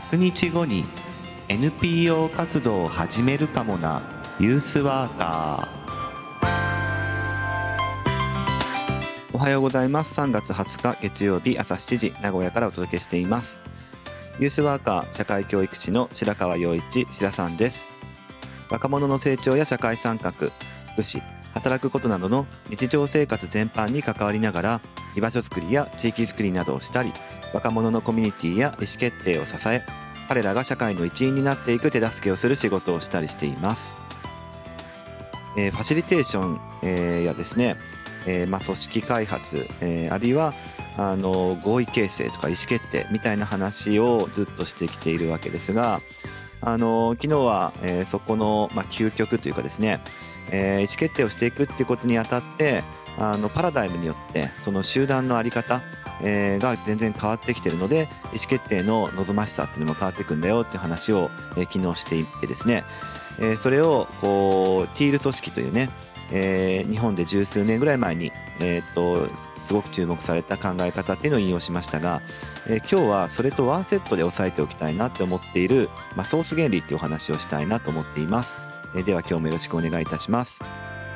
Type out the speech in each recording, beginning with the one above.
100日後に NPO 活動を始めるかもなユースワーカー。おはようございます。3月20日月曜日朝7時、名古屋からお届けしています。ユースワーカー社会教育士の白川陽一白さんです。若者の成長や社会参画、福祉、働くことなどの日常生活全般に関わりながら、居場所づくりや地域づくりなどをしたり、若者のコミュニティや意思決定を支え、彼らが社会の一員になっていく手助けをする仕事をしたりしています。ファシリテーション、やですね、組織開発、あるいは合意形成とか意思決定みたいな話をずっとしてきているわけですが、昨日は、そこの、究極というかですね、意思決定をしていくっていうことにあたってパラダイムによってその集団の在り方、が全然変わってきているので、意思決定の望ましさっていうのも変わっていくんだよっていう話を、昨日していてですね、それをティール組織というね、日本で十数年ぐらい前に、すごく注目された考え方っていうのを引用しましたが、今日はそれとワンセットで押さえておきたいなって思っている、ソース原理っていうお話をしたいなと思っています。では今日もよろしくお願いいたします。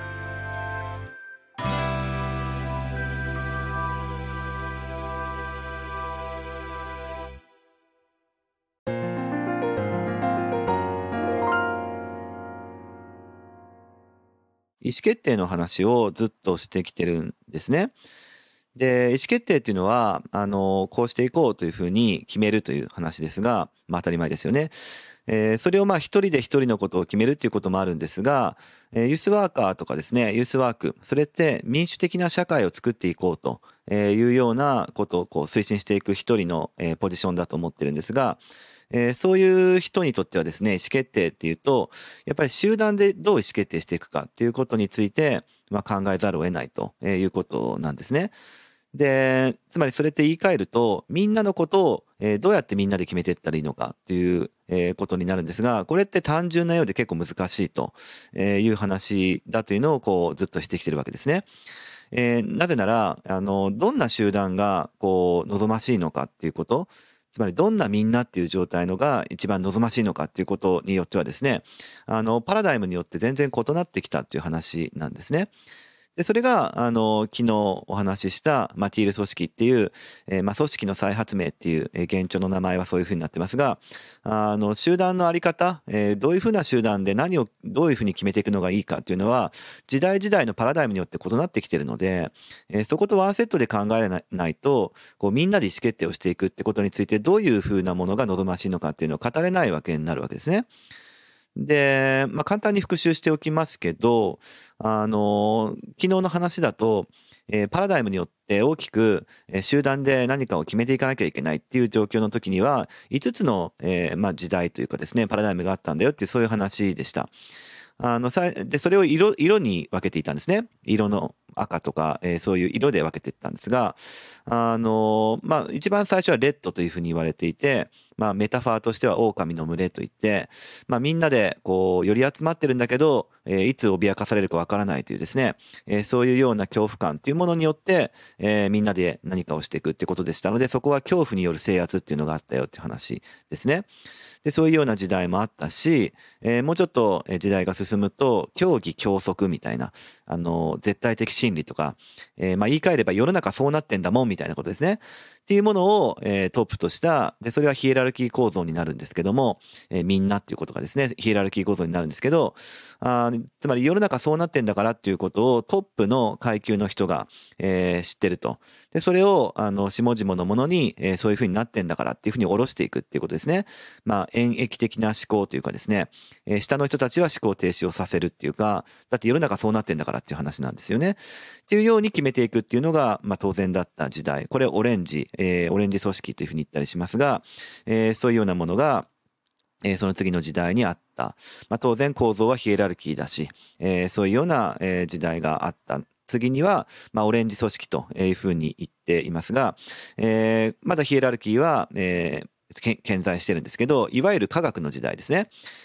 意思決定の話をずっとしてきてるんですね。で、意思決定っていうのはこうしていこうというふうに決めるという話ですが、当たり前ですよね。それを一人で一人のことを決めるっていうこともあるんですが、ユースワーカーとかですね、ユースワーク、それって民主的な社会を作っていこうというようなことを推進していく一人のポジションだと思ってるんですが、そういう人にとってはですね、意思決定っていうと、やっぱり集団でどう意思決定していくかっていうことについて、考えざるを得ないということなんですね。で、つまりそれって言い換えると、みんなのことをどうやってみんなで決めていったらいいのかっていうことになるんですが、これって単純なようで結構難しいという話だというのをずっとしてきてるわけですね。なぜならどんな集団が望ましいのかっていうこと、つまりどんなみんなっていう状態のが一番望ましいのかっていうことによってはですね、パラダイムによって全然異なってきたっていう話なんですね。で、それが昨日お話ししたティール組織っていう、組織の再発明っていう、現状の名前はそういうふうになってますが、集団のあり方、どういうふうな集団で何をどういうふうに決めていくのがいいかっていうのは時代時代のパラダイムによって異なってきているので、そことワンセットで考えないとみんなで意思決定をしていくってことについてどういうふうなものが望ましいのかっていうのを語れないわけになるわけですね。で、簡単に復習しておきますけど、昨日の話だと、パラダイムによって大きく、集団で何かを決めていかなきゃいけないっていう状況の時には、5つの、時代というかですね、パラダイムがあったんだよっていうそういう話でした。で、それを色に分けていたんですね。色の赤とか、そういう色で分けていったんですが、一番最初はレッドというふうに言われていて、メタファーとしては狼の群れといって、みんなで寄り集まってるんだけど、いつ脅かされるかわからないというですね、そういうような恐怖感というものによって、みんなで何かをしていくってことでしたので、そこは恐怖による制圧っていうのがあったよっていう話ですね。で、そういうような時代もあったし、もうちょっと時代が進むと、競技競争みたいな、絶対的真理とか、言い換えれば世の中そうなってんだもんみたいなことですね。っていうものを、トップとした、で、それはヒエラルキー構造になるんですけども、みんなっていうことがですね、ヒエラルキー構造になるんですけど、つまり世の中そうなってんだからっていうことをトップの階級の人が、知ってると。で、それを、下々のものに、そういうふうになってんだからっていうふうに下ろしていくっていうことですね。演疫的な思考というかですね、下の人たちは思考停止をさせるっていうか、だって世の中そうなってんだからっていう話なんですよね。っていうように決めていくっていうのが、当然だった時代。これオレンジ組織というふうに言ったりしますが、そういうようなものが、その次の時代にあった。当然構造はヒエラルキーだし、そういうような、時代があった。次には、オレンジ組織というふうに言っていますが、まだヒエラルキーは、健在してるんですけど、いわゆる科学の時代ですね。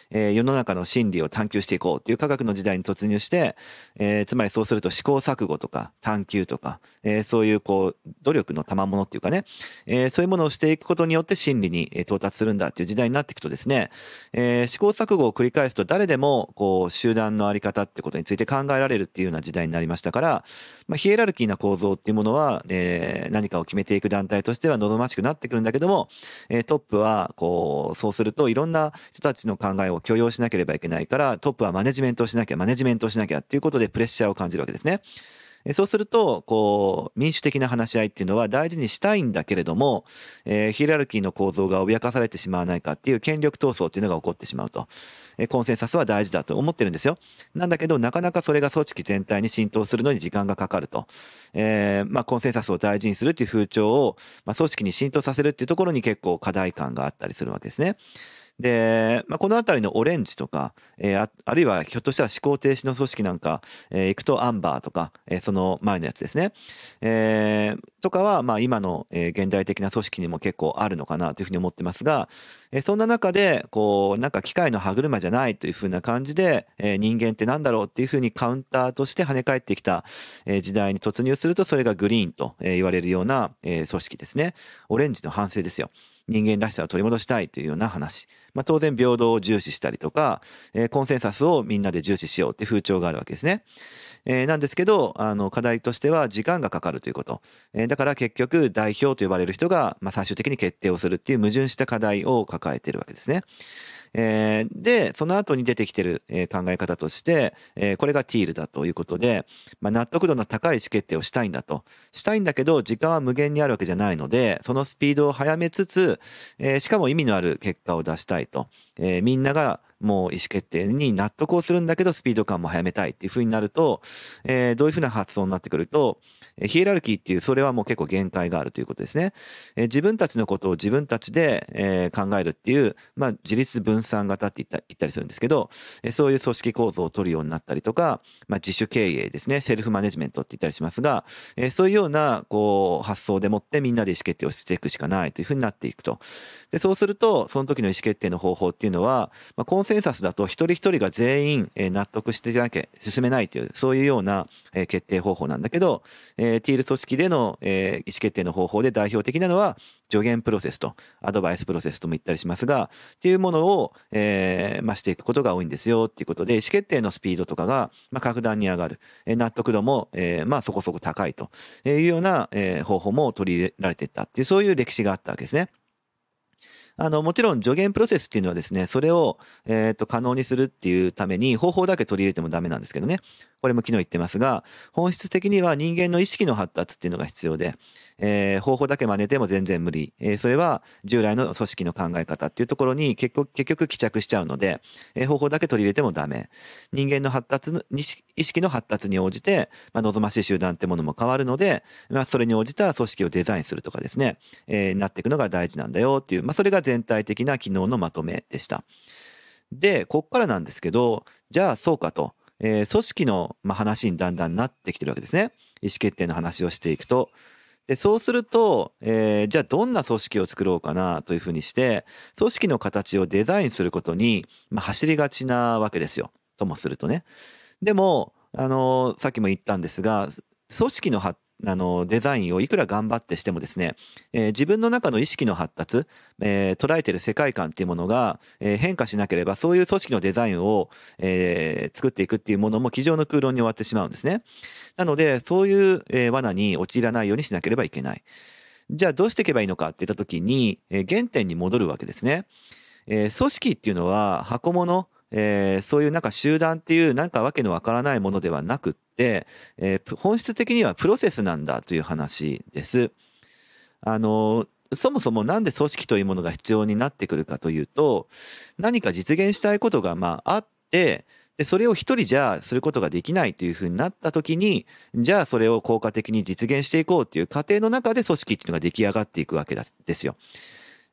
世の中の真理を探求していこうっていう科学の時代に突入して、つまりそうすると試行錯誤とか探求とか、そういうこう努力の賜物っていうかね、そういうものをしていくことによって真理に到達するんだっていう時代になっていくとですね、試行錯誤を繰り返すと誰でもこう集団のあり方ってことについて考えられるっていうような時代になりましたから、ヒエラルキーな構造っていうものは、何かを決めていく団体としては望ましくなってくるんだけども、トップはこうそうするといろんな人たちの考えを許容しなければいけないから、トップはマネジメントをしなきゃっていうことでプレッシャーを感じるわけですね。そうするとこう民主的な話し合いっていうのは大事にしたいんだけれども、ヒエラルキーの構造が脅かされてしまわないかっていう権力闘争っていうのが起こってしまうと、コンセンサスは大事だと思ってるんですよ。なんだけどなかなかそれが組織全体に浸透するのに時間がかかると、コンセンサスを大事にするっていう風潮を、組織に浸透させるっていうところに結構課題感があったりするわけですね。で、このあたりのオレンジとか、あるいはひょっとしたら思考停止の組織なんか、行くとアンバーとか、その前のやつですね。とかは、今の、現代的な組織にも結構あるのかなというふうに思ってますが、そんな中で、こう、なんか機械の歯車じゃないというふうな感じで、人間ってなんだろうっていうふうにカウンターとして跳ね返ってきた、時代に突入すると、それがグリーンと、言われるような、組織ですね。オレンジの反省ですよ。人間らしさを取り戻したいというような話。当然平等を重視したりとか、コンセンサスをみんなで重視しようって風潮があるわけですね。なんですけど、課題としては時間がかかるということ。だから結局代表と呼ばれる人が、最終的に決定をするっていう矛盾した課題を抱えているわけですね。で、その後に出てきている、考え方として、これがティールだということで、納得度の高い意思決定をしたいんだと。したいんだけど、時間は無限にあるわけじゃないので、そのスピードを速めつつ、しかも意味のある結果を出したいと。みんながもう意思決定に納得をするんだけど、スピード感も速めたいっていうふうになると、どういうふうな発想になってくると、ヒエラルキーっていう、それはもう結構限界があるということですね。自分たちのことを自分たちで、考えるっていう、自立分散型って言ったりするんですけど、そういう組織構造を取るようになったりとか、自主経営ですね、セルフマネジメントって言ったりしますが、そういうようなこう発想でもってみんなで意思決定をしていくしかないというふうになっていくと。で、そうすると、その時の意思決定の方法っていうのは、コンセンサスだと一人一人が全員納得してじゃなきゃ進めないという、そういうような決定方法なんだけど、ティール組織での意思決定の方法で代表的なのは、助言プロセスとアドバイスプロセスとも言ったりしますが、っていうものを、していくことが多いんですよっていうことで、意思決定のスピードとかが、格段に上がる、納得度も、そこそこ高いというような、方法も取り入れられていったっていう、そういう歴史があったわけですね。もちろん助言プロセスっていうのはですね、それを、可能にするっていうために方法だけ取り入れてもダメなんですけどね。これも昨日言ってますが、本質的には人間の意識の発達っていうのが必要で、方法だけ真似ても全然無理。それは従来の組織の考え方っていうところに結局帰着しちゃうので、方法だけ取り入れてもダメ。人間の意識の発達に応じて、望ましい集団ってものも変わるので、それに応じた組織をデザインするとかですね、なっていくのが大事なんだよっていう、それが全体的な機能のまとめでした。で、こっからなんですけど、じゃあそうかと。組織の、話にだんだんなってきてるわけですね。意思決定の話をしていくと。で、そうすると、じゃあどんな組織を作ろうかなというふうにして、組織の形をデザインすることに、走りがちなわけですよ。ともするとね。でも、さっきも言ったんですが、組織のデザインをいくら頑張ってしてもですね、自分の中の意識の発達、捉えている世界観っていうものが、変化しなければ、そういう組織のデザインを、作っていくっていうものも机上の空論に終わってしまうんですね。なので、そういう、罠に陥らないようにしなければいけない。じゃあどうしていけばいいのかって言った時に、原点に戻るわけですね。組織っていうのは箱物、そういうなんか集団っていうなんかわけのわからないものではなくって、本質的にはプロセスなんだという話です。そもそもなんで組織というものが必要になってくるかというと、何か実現したいことがあって、でそれを一人じゃすることができないというふうになった時に、じゃあそれを効果的に実現していこうっていう過程の中で組織っていうのが出来上がっていくわけですよ。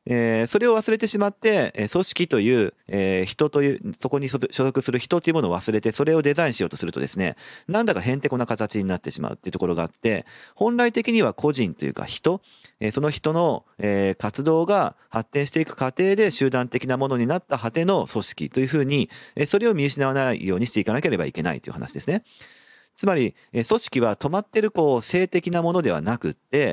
それを忘れてしまって、組織という、人という、そこに所属する人というものを忘れて、それをデザインしようとするとですね、なんだかへんてこな形になってしまうっていうところがあって、本来的には個人というか人、その人の、活動が発展していく過程で集団的なものになった果ての組織というふうに、それを見失わないようにしていかなければいけないという話ですね。つまり、組織は止まってる静的なものではなくって、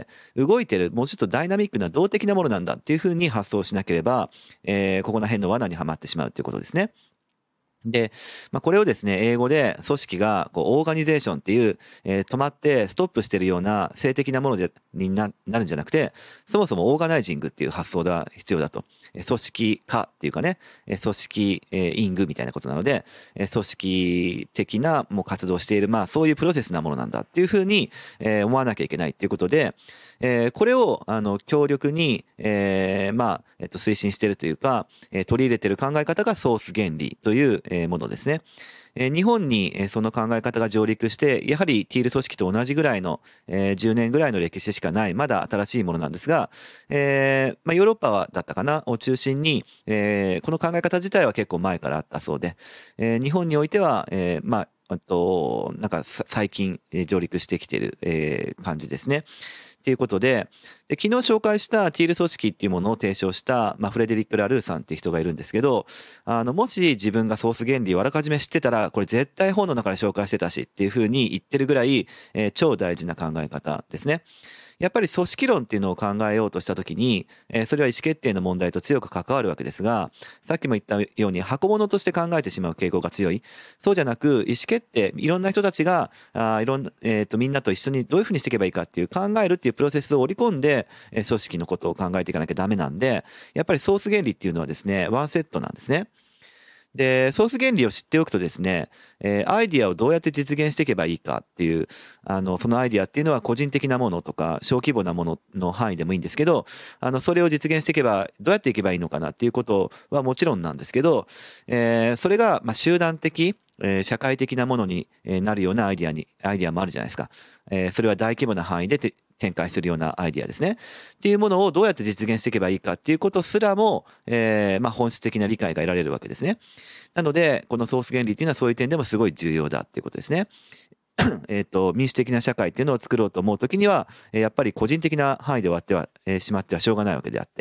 動いてる、もうちょっとダイナミックな動的なものなんだっていうふうに発想しなければ、ここら辺の罠にはまってしまうということですね。で、これをですね、英語で組織がオーガニゼーションっていう、止まってストップしてるような性的なものになるんじゃなくて、そもそもオーガナイジングっていう発想が必要だと。組織化っていうかね、組織、イングみたいなことなので、組織的なもう活動している、そういうプロセスなものなんだっていうふうに、思わなきゃいけないっていうことで、これを強力に、推進しているというか、取り入れている考え方がソース原理という、ものですね。日本にその考え方が上陸して、やはりティール組織と同じぐらいの、10年ぐらいの歴史しかない、まだ新しいものなんですが、ヨーロッパだったかなを中心に、この考え方自体は結構前からあったそうで、日本においては、なんか最近上陸してきている、感じですね。ということで、昨日紹介したティール組織っていうものを提唱した、フレデリック・ラルーさんっていう人がいるんですけど、もし自分がソース原理をあらかじめ知ってたら、これ絶対本の中で紹介してたしっていうふうに言ってるぐらい、超大事な考え方ですね。やっぱり組織論っていうのを考えようとしたときに、それは意思決定の問題と強く関わるわけですが、さっきも言ったように箱物として考えてしまう傾向が強い。そうじゃなく、意思決定、いろんな人たちが、みんなと一緒にどういうふうにしていけばいいかっていう考えるっていうプロセスを織り込んで、組織のことを考えていかなきゃダメなんで、やっぱりソース原理っていうのはですね、ワンセットなんですね。で、ソース原理を知っておくとですね、アイディアをどうやって実現していけばいいかっていう、そのアイディアっていうのは個人的なものとか、小規模なものの範囲でもいいんですけど、それを実現していけば、どうやっていけばいいのかなっていうことはもちろんなんですけど、それが、集団的、社会的なものになるようなアイディアもあるじゃないですか。それは大規模な範囲で展開するようなアイディアですね。っていうものをどうやって実現していけばいいかっていうことすらも、本質的な理解が得られるわけですね。なので、このソース原理っていうのはそういう点でもすごい重要だっていうことですね。民主的な社会っていうのを作ろうと思うときには、やっぱり個人的な範囲で終わっては、しまってはしょうがないわけであって、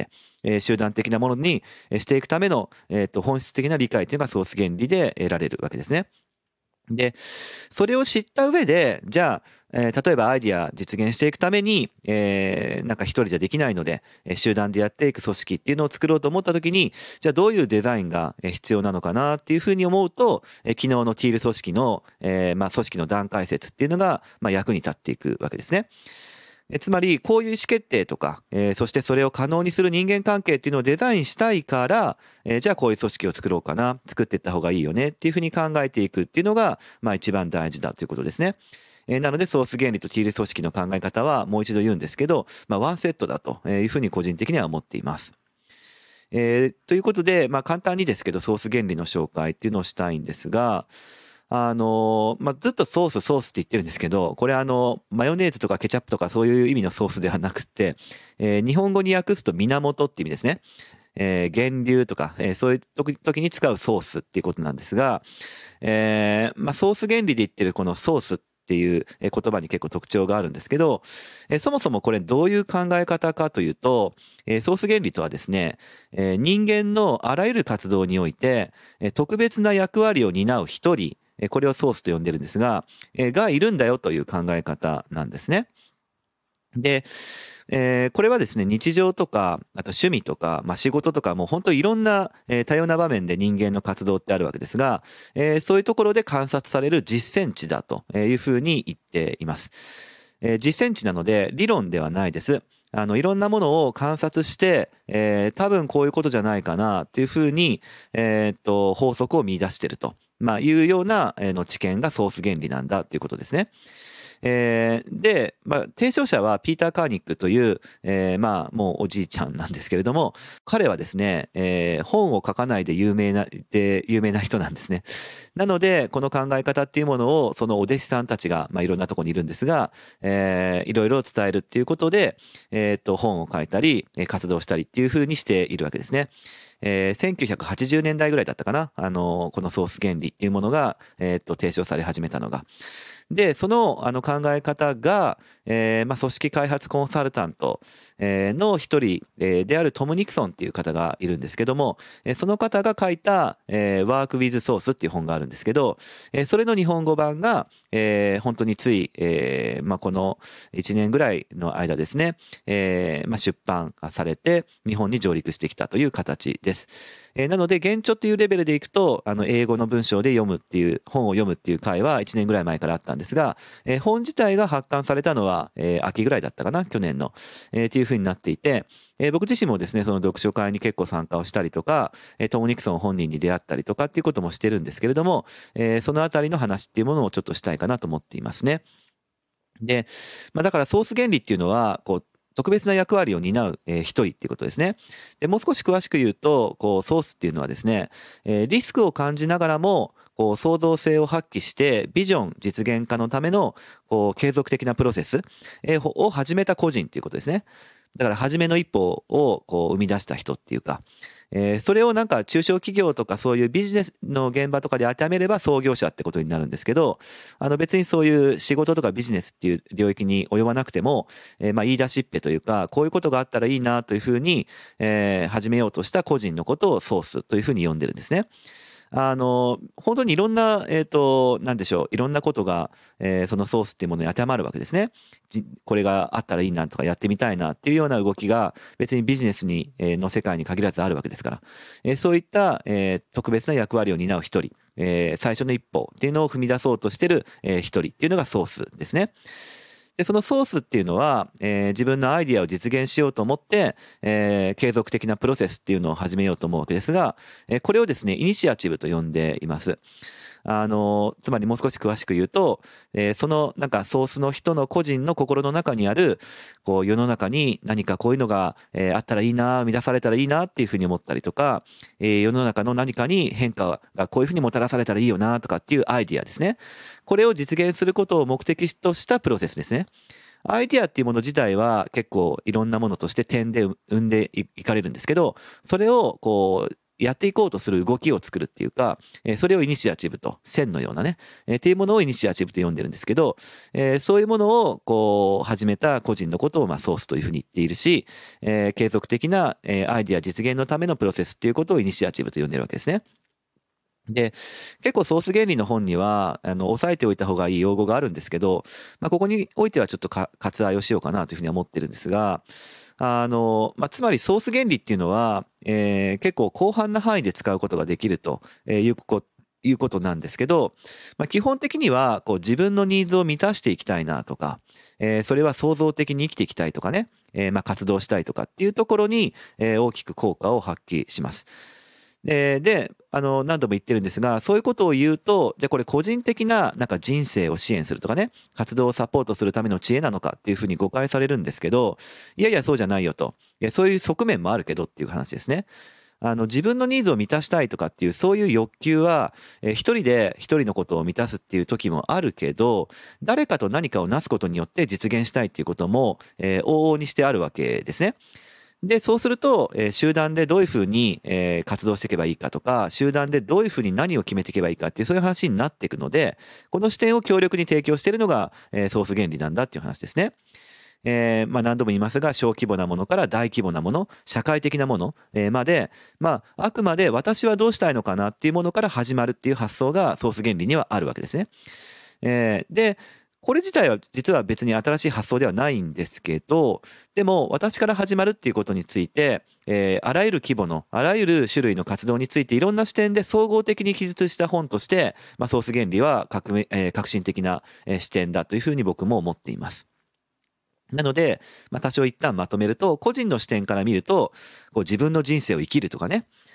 集団的なものにしていくための、本質的な理解っていうのがソース原理で得られるわけですね。で、それを知った上で、じゃあ、例えばアイディア実現していくために、なんか一人じゃできないので、集団でやっていく組織っていうのを作ろうと思った時に、じゃあどういうデザインが必要なのかなっていうふうに思うと、昨日のティール組織の、組織の段階説っていうのが、役に立っていくわけですね。つまり、こういう意思決定とか、そしてそれを可能にする人間関係っていうのをデザインしたいから、じゃあこういう組織を作ろうかな、作っていった方がいいよねっていうふうに考えていくっていうのが、一番大事だということですね。なので、ソース原理とティール組織の考え方はもう一度言うんですけど、ワンセットだというふうに個人的には思っています。ということで、簡単にですけど、ソース原理の紹介っていうのをしたいんですが、ずっとソースって言ってるんですけど、これマヨネーズとかケチャップとかそういう意味のソースではなくて、日本語に訳すと源って意味ですね。源流とか、そういう時に使うソースっていうことなんですが、ソース原理で言ってるこのソースっていう言葉に結構特徴があるんですけど、そもそもこれどういう考え方かというと、ソース原理とはですね、人間のあらゆる活動において、特別な役割を担う一人、これをソースと呼んでるんですが、がいるんだよという考え方なんですね。で、これはですね、日常とか、あと趣味とか、仕事とか、もう本当いろんな、多様な場面で人間の活動ってあるわけですが、そういうところで観察される実践値だというふうに言っています。実践値なので理論ではないです。いろんなものを観察して、多分こういうことじゃないかなというふうに、法則を見出していると。いうような知見がソース原理なんだということですね。 で、提唱者はピーター・カーニックという、もうおじいちゃんなんですけれども、彼はですね、本を書かないで有名な人なんですね。なので、この考え方っていうものを、そのお弟子さんたちが、いろんなところにいるんですが、いろいろ伝えるっていうことで、本を書いたり、活動したりっていうふうにしているわけですね。1980年代ぐらいだったかな。このソース原理っていうものが、提唱され始めたのが。で、その、考え方が、組織開発コンサルタント、の一人、であるトム・ニクソンっていう方がいるんですけども、その方が書いた、Work with Source っていう本があるんですけど、それの日本語版が、本当につい、この1年ぐらいの間ですね、出版されて日本に上陸してきたという形です。なので、原著っていうレベルでいくと、英語の文章で本を読むっていう回は1年ぐらい前からあったんですが、本自体が発刊されたのは、秋ぐらいだったかな、去年の、っていうふうになっていて、僕自身もですね、その読書会に結構参加をしたりとか、トム・ニクソン本人に出会ったりとかっていうこともしてるんですけれども、そのあたりの話っていうものをちょっとしたいかなと思っていますね。で、だからソース原理っていうのは、特別な役割を担う、一人っていうことですね。で、もう少し詳しく言うと、ソースっていうのはですね、リスクを感じながらも、創造性を発揮して、ビジョン実現化のための、継続的なプロセス、を始めた個人っていうことですね。だから初めの一歩を生み出した人っていうか、それをなんか中小企業とかそういうビジネスの現場とかで当てはめれば創業者ってことになるんですけど、別にそういう仕事とかビジネスっていう領域に及ばなくても、言い出しっぺというか、こういうことがあったらいいなというふうに、始めようとした個人のことをソースというふうに呼んでるんですね。本当にいろんな、なんでしょう、いろんなことが、そのソースっていうものに当てはまるわけですね。これがあったらいいなとかやってみたいなっていうような動きが別にビジネスに、の世界に限らずあるわけですから、そういった、特別な役割を担う一人、最初の一歩っていうのを踏み出そうとしてる、一人っていうのがソースですね。で、そのソースっていうのは、自分のアイディアを実現しようと思って、継続的なプロセスっていうのを始めようと思うわけですが、これをですね、イニシアチブと呼んでいます。つまりもう少し詳しく言うと、そのなんかソースの人の個人の心の中にある、世の中に何かこういうのが、あったらいいな、生み出されたらいいなっていうふうに思ったりとか、世の中の何かに変化がこういうふうにもたらされたらいいよなとかっていうアイディアですね。これを実現することを目的としたプロセスですね。アイディアっていうもの自体は結構いろんなものとして点で生んでいかれるんですけど、それをやっていこうとする動きを作るっていうか、それをイニシアチブと、線のようなね、っていうものをイニシアチブと呼んでるんですけど、そういうものを始めた個人のことをソースというふうに言っているし、継続的な、アイディア実現のためのプロセスっていうことをイニシアチブと呼んでるわけですね。で、結構ソース原理の本には、押さえておいた方がいい用語があるんですけど、ここにおいてはちょっと割愛をしようかなというふうに思ってるんですが、つまりソース原理っていうのは、結構広範な範囲で使うことができるということなんですけど、基本的には自分のニーズを満たしていきたいなとか、それは創造的に生きていきたいとかね、活動したいとかっていうところに、大きく効果を発揮します。で、何度も言ってるんですが、そういうことを言うと、じゃあこれ個人的ななんか人生を支援するとかね、活動をサポートするための知恵なのかっていうふうに誤解されるんですけど、いやいやそうじゃないよと。いやそういう側面もあるけどっていう話ですね。自分のニーズを満たしたいとかっていう、そういう欲求は、一人で一人のことを満たすっていう時もあるけど、誰かと何かをなすことによって実現したいっていうことも、往々にしてあるわけですね。で、そうすると、集団でどういうふうに、活動していけばいいかとか、集団でどういうふうに何を決めていけばいいかっていう、そういう話になっていくので、この視点を強力に提供しているのが、ソース原理なんだっていう話ですね。何度も言いますが、小規模なものから大規模なもの、社会的なもの、まで、あくまで私はどうしたいのかなっていうものから始まるっていう発想がソース原理にはあるわけですね。で、これ自体は実は別に新しい発想ではないんですけど、でも私から始まるっていうことについて、あらゆる規模の、あらゆる種類の活動についていろんな視点で総合的に記述した本として、ソース原理は革新的な視点だというふうに僕も思っています。なので、多少一旦まとめると、個人の視点から見ると、自分の人生を生きるとかね、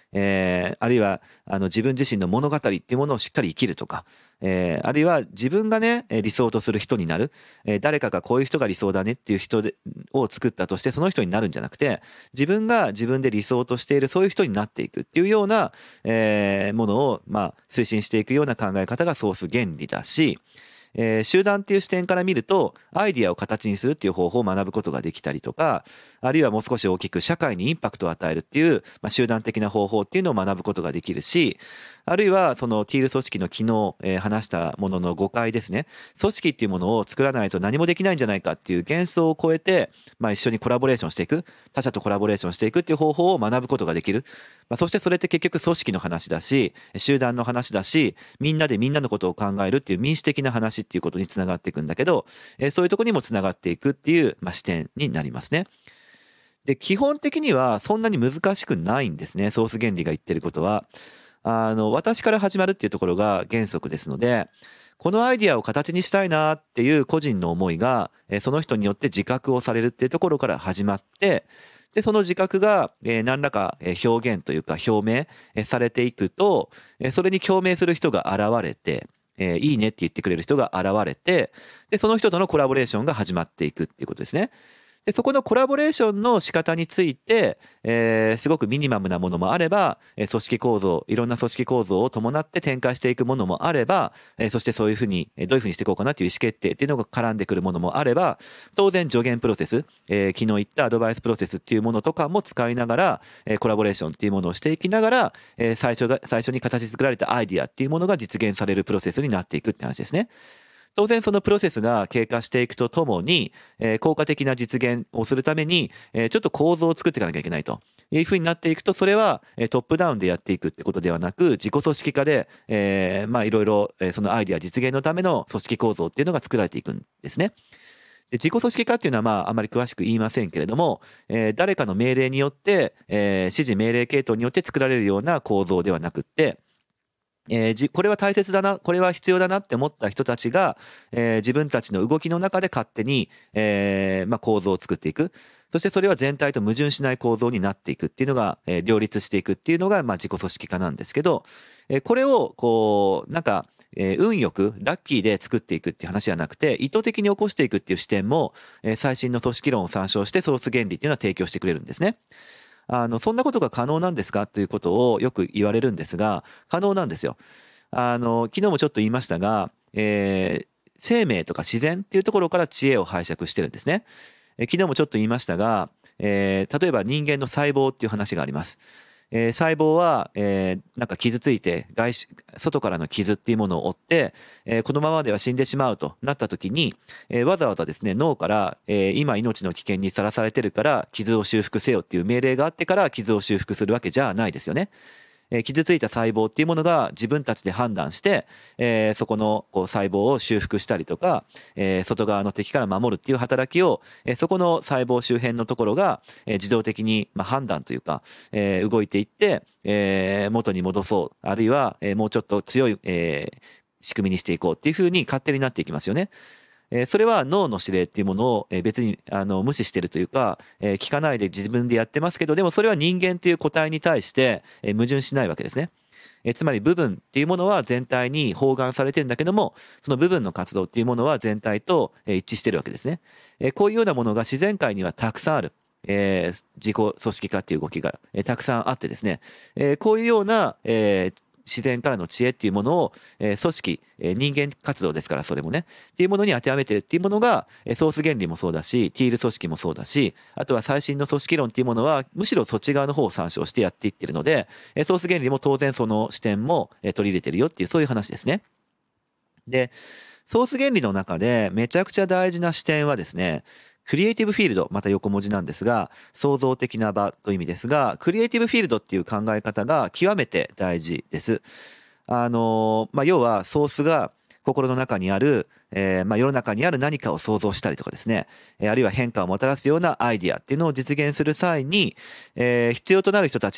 あるいは自分自身の物語っていうものをしっかり生きるとか、あるいは自分がね理想とする人になる、誰かがこういう人が理想だねっていうを作ったとしてその人になるんじゃなくて、自分が自分で理想としているそういう人になっていくっていうような、ものを推進していくような考え方がソース原理だし、集団っていう視点から見るとアイディアを形にするっていう方法を学ぶことができたりとか、あるいはもう少し大きく社会にインパクトを与えるっていう、集団的な方法っていうのを学ぶことができるし、あるいはそのティール組織の昨日、話したものの誤解ですね。組織っていうものを作らないと何もできないんじゃないかっていう幻想を超えて、一緒にコラボレーションしていく、他者とコラボレーションしていくっていう方法を学ぶことができる。そしてそれって結局組織の話だし、集団の話だし、みんなでみんなのことを考えるっていう民主的な話っていうことにつながっていくんだけど、そういうところにもつながっていくっていう、視点になりますね。で、基本的にはそんなに難しくないんですね。ソース原理が言ってることは。私から始まるっていうところが原則ですので、このアイディアを形にしたいなっていう個人の思いが、その人によって自覚をされるっていうところから始まって、で、その自覚が、何らか表現というか表明されていくと、それに共鳴する人が現れて、いいねって言ってくれる人が現れて、で、その人とのコラボレーションが始まっていくっていうことですね。で、そこのコラボレーションの仕方について、すごくミニマムなものもあれば、組織構造、いろんな組織構造を伴って展開していくものもあれば、そしてそういうふうに、どういうふうにしていこうかなという意思決定っていうのが絡んでくるものもあれば、当然助言プロセス、昨日言ったアドバイスプロセスっていうものとかも使いながら、コラボレーションっていうものをしていきながら、最初に形作られたアイディアっていうものが実現されるプロセスになっていくって話ですね。当然そのプロセスが経過していくとともに、効果的な実現をするために、ちょっと構造を作っていかなきゃいけないというふうになっていくと、それはトップダウンでやっていくってことではなく、自己組織化で、いろいろそのアイデア実現のための組織構造っていうのが作られていくんですね。で、自己組織化っていうのはあまり詳しく言いませんけれども、誰かの命令によって、指示命令系統によって作られるような構造ではなくって、これは大切だな、これは必要だなって思った人たちが、自分たちの動きの中で勝手に、構造を作っていく。そしてそれは全体と矛盾しない構造になっていくっていうのが、両立していくっていうのが、自己組織化なんですけど、これを、運よくラッキーで作っていくっていう話じゃなくて、意図的に起こしていくっていう視点も、最新の組織論を参照してソース原理っていうのは提供してくれるんですね。そんなことが可能なんですかということをよく言われるんですが、可能なんですよ。昨日もちょっと言いましたが、生命とか自然っていうところから知恵を拝借してるんですね。昨日もちょっと言いましたが、例えば人間の細胞っていう話があります。細胞は、傷ついて外からの傷っていうものを負って、このままでは死んでしまうとなった時に、わざわざですね脳から、今命の危険にさらされてるから傷を修復せよっていう命令があってから傷を修復するわけじゃないですよね。傷ついた細胞っていうものが自分たちで判断して、そこの細胞を修復したりとか、外側の敵から守るっていう働きを、そこの細胞周辺のところが、自動的に、判断というか、動いていって、元に戻そう、あるいは、もうちょっと強い、仕組みにしていこうっていうふうに勝手になっていきますよね。それは脳の指令っていうものを別に無視してるというか、聞かないで自分でやってますけど、でもそれは人間という個体に対して矛盾しないわけですね。つまり部分っていうものは全体に包含されてるんだけども、その部分の活動っていうものは全体と一致してるわけですね。こういうようなものが自然界にはたくさんある。自己組織化っていう動きがたくさんあってですね、こういうような、自然からの知恵っていうものを、組織、人間活動ですからそれもねっていうものに当てはめてるっていうものが、ソース原理もそうだしティール組織もそうだし、あとは最新の組織論っていうものはむしろそっち側の方を参照してやっていってるので、ソース原理も当然その視点も取り入れてるよっていうそういう話ですね。で、ソース原理の中でめちゃくちゃ大事な視点はですね、クリエイティブフィールド、また横文字なんですが、創造的な場という意味ですが、クリエイティブフィールドっていう考え方が極めて大事です。要はソースが心の中にある、世の中にある何かを想像したりとかですね、あるいは変化をもたらすようなアイディアっていうのを実現する際に、必要となる人たちが、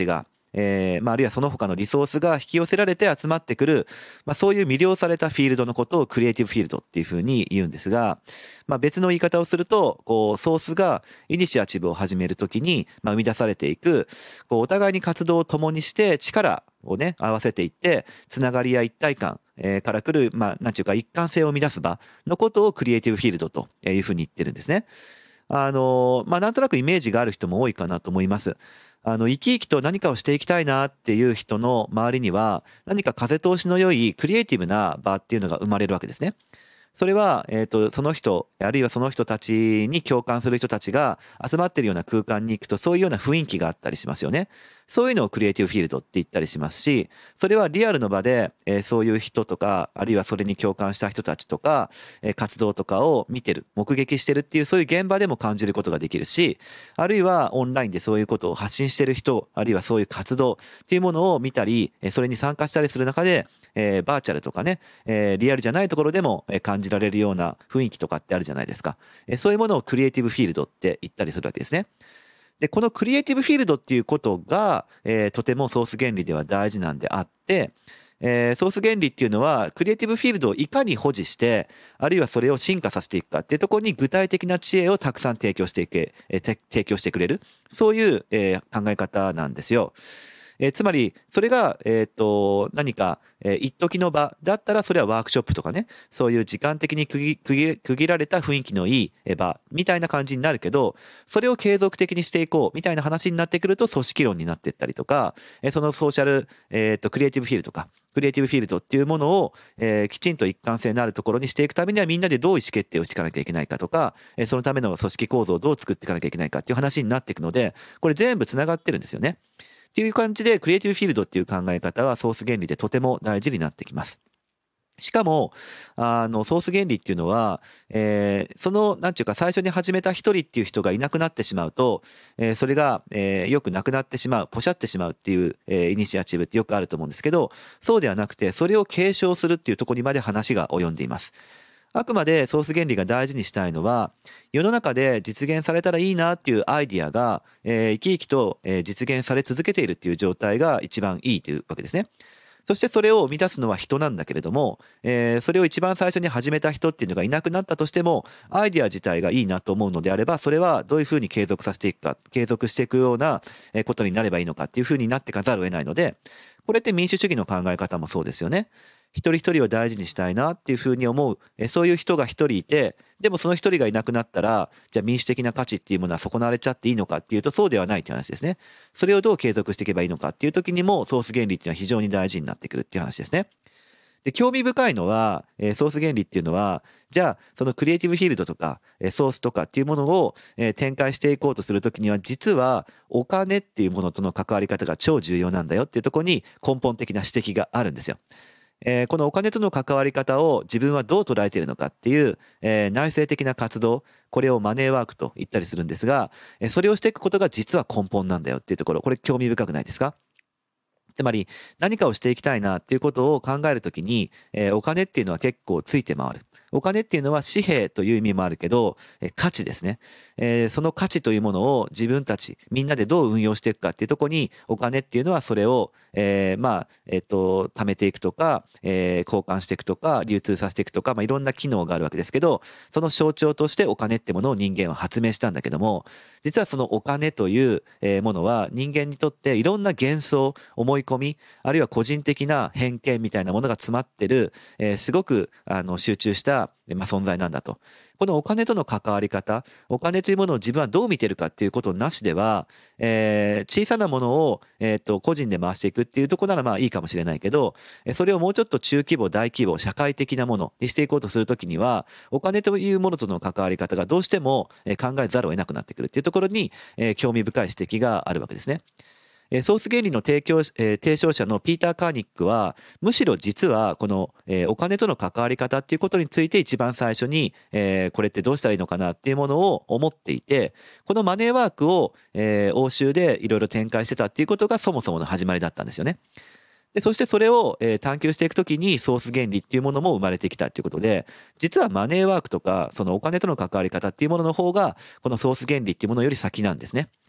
あるいはその他のリソースが引き寄せられて集まってくる、そういう魅了されたフィールドのことをクリエイティブフィールドっていうふうに言うんですが、別の言い方をすると、ソースがイニシアチブを始めるときに、生み出されていく、お互いに活動を共にして力をね、合わせていって、つながりや一体感、から来る、なんていうか一貫性を生み出す場のことをクリエイティブフィールドというふうに言ってるんですね。なんとなくイメージがある人も多いかなと思います。生き生きと何かをしていきたいなっていう人の周りには、何か風通しの良いクリエイティブな場っていうのが生まれるわけですね。それは、その人、あるいはその人たちに共感する人たちが集まってるような空間に行くと、そういうような雰囲気があったりしますよね。そういうのをクリエイティブフィールドって言ったりしますし、それはリアルの場で、そういう人とか、あるいはそれに共感した人たちとか、活動とかを見てる、目撃してるっていう、そういう現場でも感じることができるし、あるいはオンラインでそういうことを発信してる人、あるいはそういう活動っていうものを見たり、それに参加したりする中で、バーチャルとかね、リアルじゃないところでも感じられるような雰囲気とかってあるじゃないですか。そういうものをクリエイティブフィールドって言ったりするわけですね。で、このクリエイティブフィールドっていうことが、とてもソース原理では大事なんであって、ソース原理っていうのは、クリエイティブフィールドをいかに保持して、あるいはそれを進化させていくかっていうところに具体的な知恵をたくさん提供して提供してくれる、そういう、考え方なんですよ。つまり、それが、何か、一時の場だったら、それはワークショップとかね、そういう時間的に区切られた雰囲気のいい場みたいな感じになるけど、それを継続的にしていこうみたいな話になってくると、組織論になっていったりとか、そのソーシャル、クリエイティブフィールドとか、クリエイティブフィールドっていうものを、きちんと一貫性のあるところにしていくためにはみんなでどう意思決定をしていかなきゃいけないかとか、そのための組織構造をどう作っていかなきゃいけないかっていう話になっていくので、これ全部つながってるんですよね。っていう感じで、クリエイティブフィールドっていう考え方はソース原理でとても大事になってきます。しかも、ソース原理っていうのは、なんていうか、最初に始めた一人っていう人がいなくなってしまうと、それが、よくなくなってしまう、ポシャってしまうっていう、イニシアチブってよくあると思うんですけど、そうではなくて、それを継承するっていうところにまで話が及んでいます。あくまでソース原理が大事にしたいのは、世の中で実現されたらいいなっていうアイディアが、生き生きと、実現され続けているっていう状態が一番いいというわけですね。そしてそれを生み出すのは人なんだけれども、それを一番最初に始めた人っていうのがいなくなったとしても、アイディア自体がいいなと思うのであれば、それはどういうふうに継続させていくか、継続していくようなことになればいいのかっていうふうになっていかざるを得ないので、これって民主主義の考え方もそうですよね。一人一人を大事にしたいなっていうふうに思う、そういう人が一人いて、でもその一人がいなくなったら、じゃあ民主的な価値っていうものは損なわれちゃっていいのかっていうと、そうではないという話ですね。それをどう継続していけばいいのかっていう時にも、ソース原理っていうのは非常に大事になってくるっていう話ですね。で、興味深いのは、ソース原理っていうのは、じゃあ、そのクリエイティブフィールドとか、ソースとかっていうものを、展開していこうとするときには、実はお金っていうものとの関わり方が超重要なんだよっていうところに根本的な指摘があるんですよ。このお金との関わり方を自分はどう捉えているのかっていう、内省的な活動、これをマネーワークと言ったりするんですが、それをしていくことが実は根本なんだよっていうところ、これ興味深くないですか？つまり何かをしていきたいなっていうことを考えるときに、お金っていうのは結構ついて回る。お金っていうのは紙幣という意味もあるけど、価値ですね。その価値というものを自分たち、みんなでどう運用していくかっていうところに、お金っていうのはそれを、貯めていくとか、交換していくとか、流通させていくとか、いろんな機能があるわけですけど、その象徴としてお金ってものを人間は発明したんだけども、実はそのお金というものは人間にとっていろんな幻想、思い込み、あるいは個人的な偏見みたいなものが詰まってる、すごく集中した、存在なんだと。このお金との関わり方、お金というものを自分はどう見てるかっていうことなしでは、小さなものを、個人で回していくっていうところならいいかもしれないけど、それをもうちょっと中規模、大規模、社会的なものにしていこうとするときには、お金というものとの関わり方がどうしても考えざるを得なくなってくるっていうところに、興味深い指摘があるわけですね。ソース原理の提唱者のピーター・カーニックは、むしろ実はこの、お金との関わり方っていうことについて一番最初に、これってどうしたらいいのかなっていうものを思っていて、このマネーワークを、欧州でいろいろ展開してたっていうことがそもそもの始まりだったんですよね。で、そしてそれを、探求していくときにソース原理っていうものも生まれてきたということで、実はマネーワークとか、そのお金との関わり方っていうものの方が、このソース原理っていうものより先なんですね。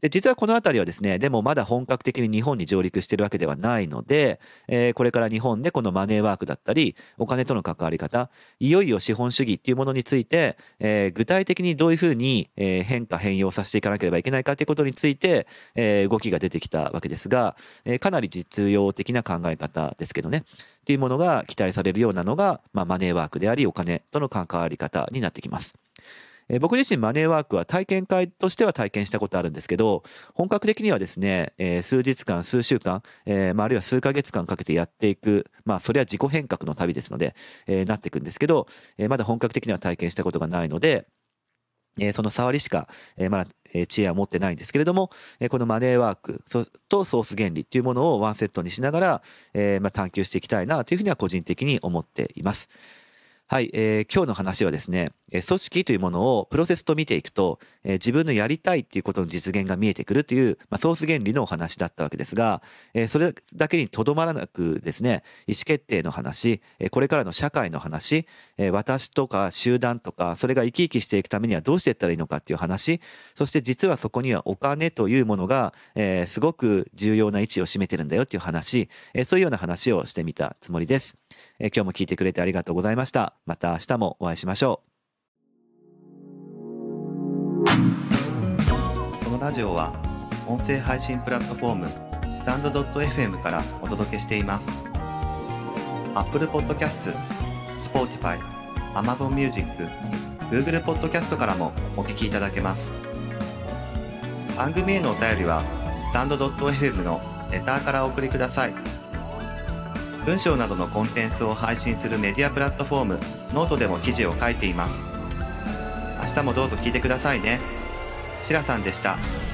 で、実はこのあたりはですね、でもまだ本格的に日本に上陸してるわけではないので、これから日本でこのマネーワークだったり、お金との関わり方、いよいよ資本主義っていうものについて、具体的にどういうふうに、変化変容させていかなければいけないかということについて、動きが出てきたわけですが、かなり実用的な考え方ですけどね、っていうものが期待されるようなのが、マネーワークであり、お金との関わり方になってきます。僕自身マネーワークは体験会としては体験したことあるんですけど、本格的にはですね、数日間、数週間、あるいは数ヶ月間かけてやっていく、それは自己変革の旅ですので、なっていくんですけど、まだ本格的には体験したことがないので、その触りしか、まだ知恵は持ってないんですけれども、このマネーワークとソース原理っていうものをワンセットにしながら、探求していきたいなというふうには個人的に思っています。はい、今日の話はですね、組織というものをプロセスと見ていくと、自分のやりたいっていうことの実現が見えてくるという、ソース原理のお話だったわけですが、それだけにとどまらなくですね、意思決定の話、これからの社会の話、私とか集団とか、それが生き生きしていくためにはどうしていったらいいのかっていう話、そして実はそこにはお金というものが、すごく重要な位置を占めてるんだよっていう話、そういうような話をしてみたつもりです。今日も聞いてくれてありがとうございました。また明日もお会いしましょう。このラジオは音声配信プラットフォームスタンド .fm からお届けしています。Apple Podcast、Spotify、Amazon Music、Google Podcast からもお聞きいただけます。番組へのお便りはスタンド .fm のレターからお送りください。文章などのコンテンツを配信するメディアプラットフォームノートでも記事を書いています。明日もどうぞ聞いてくださいね。しらさんでした。